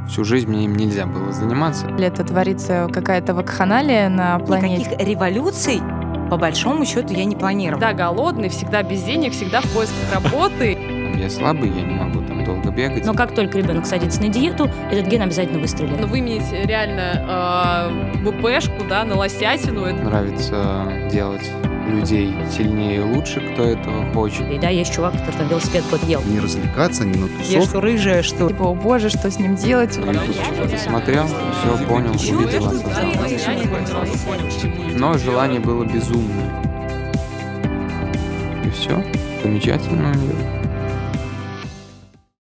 Всю жизнь мне им нельзя было заниматься. Это творится какая-то вакханалия на планете. Никаких революций, по большому счету, я не планировала. Всегда голодный, всегда без денег, всегда в поисках работы. Я слабый, я не могу там долго бегать. Но как только ребенок садится на диету, этот ген обязательно выстрелит. Но выменить реально БПшку, да, на лосятину. Нравится делать людей сильнее и лучше, кто этого хочет. И да, есть чувак, который там велосипед год ел. Не развлекаться, не на Я тусовку. что, рыжая, что? Типа, о боже, что с ним делать? YouTube что-то смотрел, все понял, увидел, осознал. Но желание было безумное. И все, замечательно у нее.